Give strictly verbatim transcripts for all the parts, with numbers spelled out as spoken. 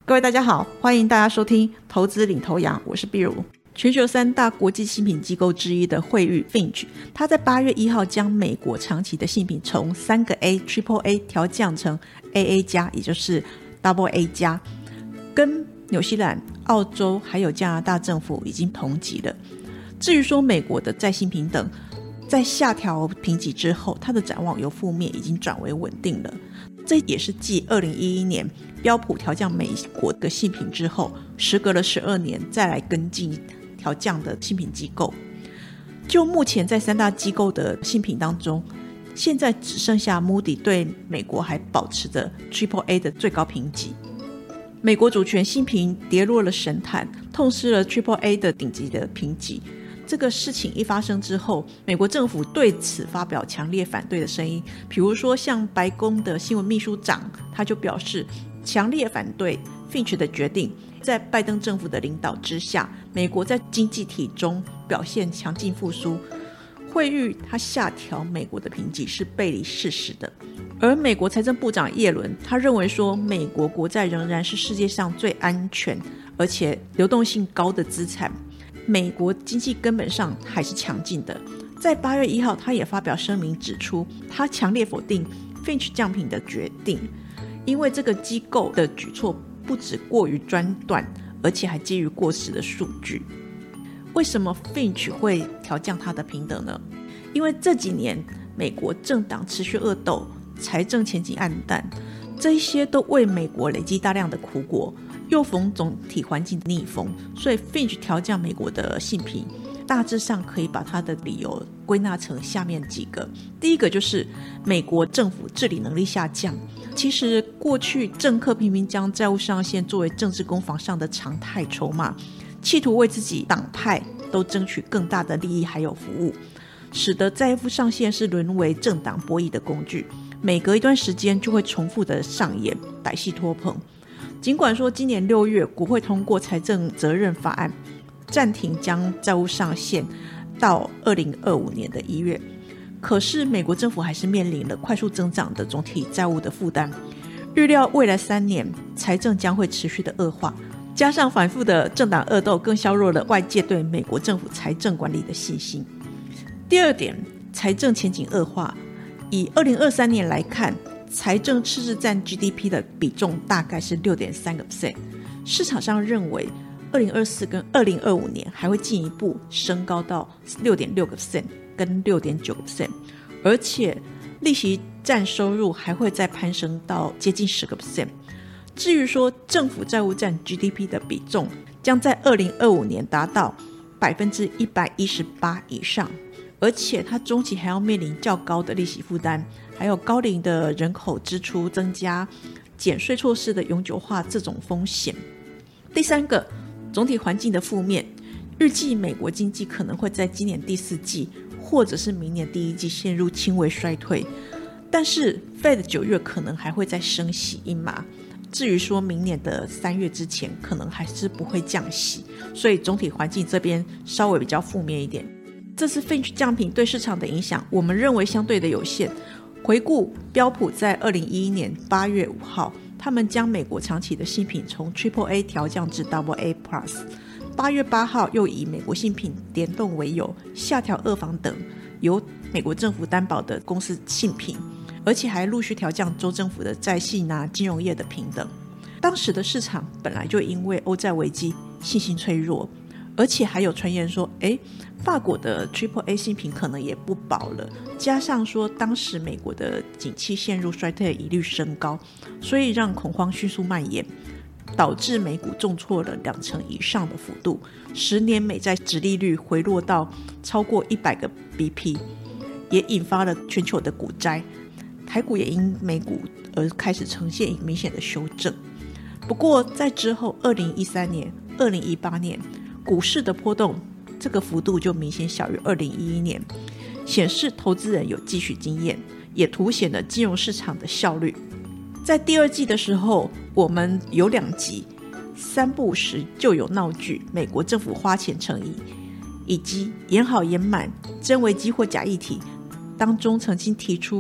各位大家好，欢迎大家收听投资领头羊，我是碧如。全球三大国际信评机构之一的惠誉 Fitch， 它在八月一号将美国长期的信评从三个 A、Triple A 调降成 A A 加，也就是 Double A 加，跟纽西兰、澳洲还有加拿大政府已经同级了。至于说美国的再信评等，在下调评级之后，它的展望由负面已经转为稳定了。这也是继二零一一年标普调降美国的信评之后，时隔了十二年再来跟进调降的信评机构。就目前在三大机构的信评当中，现在只剩下 Moody 对美国还保持着 Triple A 的最高评级。美国主权信评跌落了神坛，痛失了 Triple A 的顶级的评级。这个事情一发生之后，美国政府对此发表强烈反对的声音，比如说像白宫的新闻秘书长，他就表示强烈反对 Fitch 的决定。在拜登政府的领导之下，美国在经济体中表现强劲复苏，惠誉他下调美国的评级是背离事实的。而美国财政部长耶伦他认为说，美国国债仍然是世界上最安全而且流动性高的资产，美国经济根本上还是强劲的。在八月一号，他也发表声明指出，他强烈否定 Fitch 降评的决定，因为这个机构的举措不只过于专断，而且还基于过时的数据。为什么 Fitch 会调降他的评等呢？因为这几年美国政党持续恶斗，财政前景暗淡，这一些都为美国累积大量的苦果，又逢总体环境的逆风，所以 Fitch 调降美国的信评，大致上可以把他的理由归纳成下面几个。第一个就是美国政府治理能力下降。其实过去政客频频将债务上限作为政治攻防上的常态筹码，企图为自己党派都争取更大的利益还有服务，使得债务上限是沦为政党博弈的工具，每隔一段时间就会重复的上演，百戏拖棚。尽管说今年六月国会通过财政责任法案，暂停将债务上限到二零二五年的一月，可是美国政府还是面临了快速增长的总体债务的负担，预料未来三年财政将会持续的恶化，加上反复的政党恶斗，更削弱了外界对美国政府财政管理的信心。第二点，财政前景恶化。以二零二三年来看，财政赤字占 G D P 的比重大概是 百分之六点三， 市场上认为二零二四跟二零二五年还会进一步升高到 百分之六点六 跟 百分之六点九， 而且利息占收入还会再攀升到接近 百分之十。 至于说政府债务占 G D P 的比重将在二零二五年达到百分之一百一十八以上，而且它中期还要面临较高的利息负担，还有高龄的人口支出增加、减税措施的永久化这种风险。第三个，总体环境的负面，预计美国经济可能会在今年第四季或者是明年第一季陷入轻微衰退，但是 Fed 九月可能还会再升息一码，至于说明年的三月之前可能还是不会降息，所以总体环境这边稍微比较负面一点。这次 Fitch 降评对市场的影响，我们认为相对的有限。回顾标普在二零一一年八月五号，他们将美国长期的信评从 Triple A 调降至 Double A Plus， 八月八号又以美国信评联动为由，下调二房等由美国政府担保的公司信评，而且还陆续调降州政府的债信啊、金融业的评等。当时的市场本来就因为欧债危机信心脆弱，而且还有传言说，诶，法国的 Triple A 信评可能也不保了，加上说当时美国的景气陷入衰退的疑虑升高，所以让恐慌迅速蔓延，导致美股重挫了两成以上的幅度，十年美债殖利率回落到超过一百个 B P， 也引发了全球的股灾，台股也因美股而开始呈现明显的修正。不过在之后二零一三年、二零一八年股市的波动，这个幅度就明显小于二零一一年，显示投资人有汲取经验，也凸显了金融市场的效率。在第二季的时候，我们有两集三不五时就有闹剧，美国政府花钱成瘾，以及演好演满真危机或假议题当中曾经提出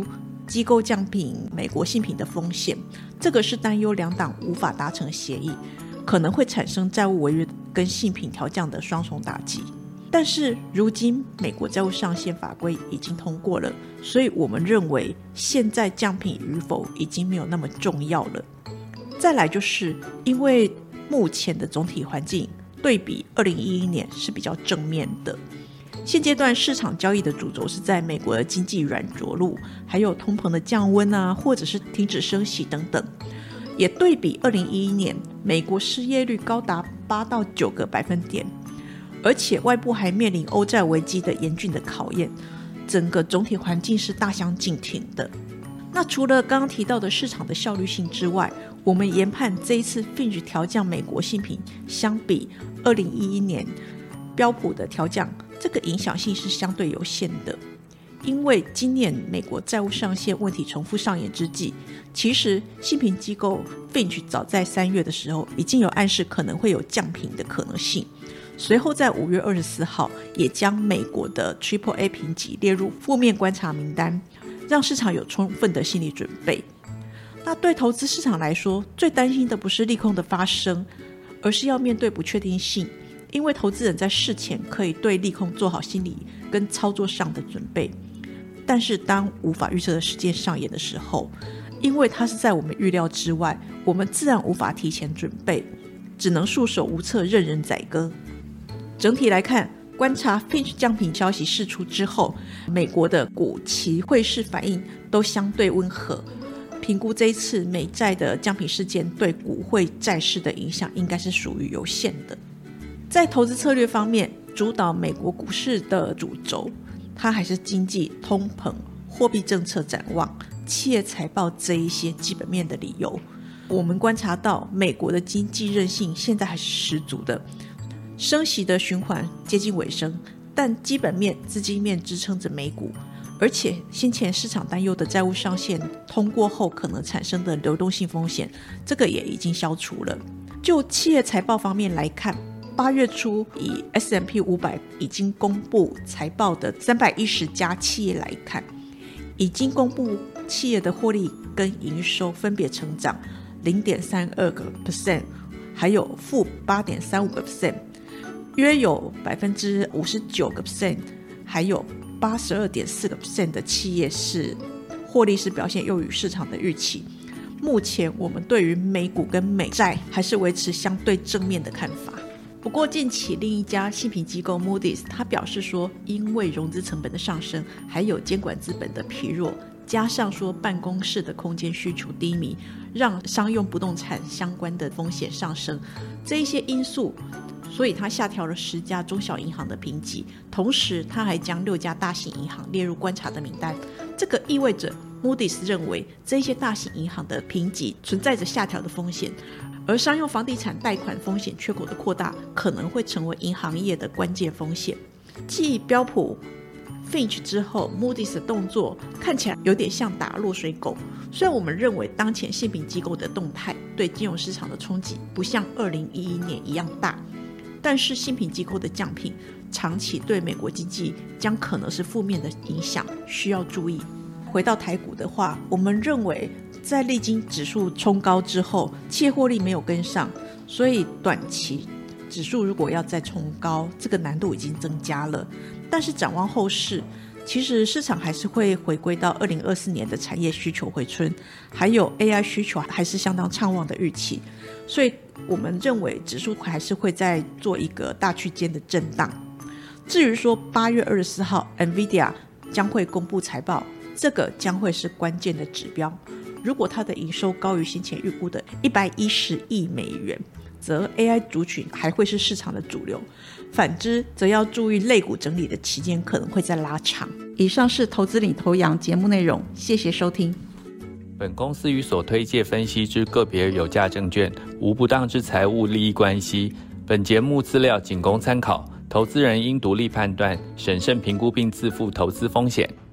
机构降评美国信评的风险，这个是担忧两党无法达成协议，可能会产生债务违约跟信评调降的双重打击。但是如今美国债务上限法规已经通过了，所以我们认为现在降评与否已经没有那么重要了。再来就是因为目前的总体环境对比二零一一年是比较正面的，现阶段市场交易的主轴是在美国的经济软着陆，还有通膨的降温啊，或者是停止升息等等，也对比二零一一年美国失业率高达八到九个百分点，而且外部还面临欧债危机的严峻的考验，整个总体环境是大相径庭的。那除了刚刚提到的市场的效率性之外，我们研判这一次 Fitch 调降美国信评相比二零一一年标普的调降，这个影响性是相对有限的。因为今年美国债务上限问题重复上演之际，其实信评机构 Fitch 早在三月的时候已经有暗示可能会有降评的可能性，随后在五月二十四号也将美国的 Triple A 评级列入负面观察名单，让市场有充分的心理准备。那对投资市场来说，最担心的不是利空的发生，而是要面对不确定性，因为投资人在事前可以对利空做好心理跟操作上的准备，但是当无法预测的事件上演的时候，因为它是在我们预料之外，我们自然无法提前准备，只能束手无策，任人宰割。整体来看，观察 Fitch 降评消息释出之后，美国的股期汇市反应都相对温和，评估这一次美债的降评事件对股汇债市的影响应该是属于有限的。在投资策略方面，主导美国股市的主轴，它还是经济、通膨、货币政策展望、企业财报这一些基本面的理由。我们观察到美国的经济韧性现在还是十足的，升息的循环接近尾声，但基本面、资金面支撑着美股，而且先前市场担忧的债务上限通过后可能产生的流动性风险，这个也已经消除了。就企业财报方面来看，八月初以 S and P 五百 已经公布财报的三百一十家企业来看，已经公布企业的获利跟营收分别成长 零点三二个百分点 还有负 八点三五个百分点，约有 百分之五十九个百分点 还有 八十二点四个百分点 的企业是获利是表现优于市场的预期。目前我们对于美股跟美债还是维持相对正面的看法。不过近期另一家信评机构 Moody's 他表示说，因为融资成本的上升，还有监管资本的疲弱，加上说办公室的空间需求低迷，让商用不动产相关的风险上升，这一些因素，所以他下调了十家中小银行的评级，同时他还将六家大型银行列入观察的名单。这个意味着 Moody's 认为这些大型银行的评级存在着下调的风险，而商用房地产贷款风险缺口的扩大可能会成为银行业的关键风险。继标普 Fitch 之后， Moody's 的动作看起来有点像打落水狗。虽然我们认为当前信评机构的动态对金融市场的冲击不像二零一一年一样大，但是信评机构的降评长期对美国经济将可能是负面的影响，需要注意。回到台股的话，我们认为在历经指数冲高之后，企业获利没有跟上，所以短期指数如果要再冲高，这个难度已经增加了。但是展望后市，其实市场还是会回归到二零二四年的产业需求回春，还有 A I 需求还是相当畅旺的预期，所以我们认为指数还是会再做一个大区间的震荡。至于说八月二十四号 NVIDIA 将会公布财报，这个将会是关键的指标。如果它的营收高于先前预估的一百一十亿美元，则 A I 族群还会是市场的主流，反之则要注意类股整理的期间可能会再拉长。以上是投资领头羊节目内容，谢谢收听。 本公司与所推介分析之个别有价证券无不当之财务利益关系，本节目资料仅供参考，投资人应独立判断、审慎评估并自负投资风险。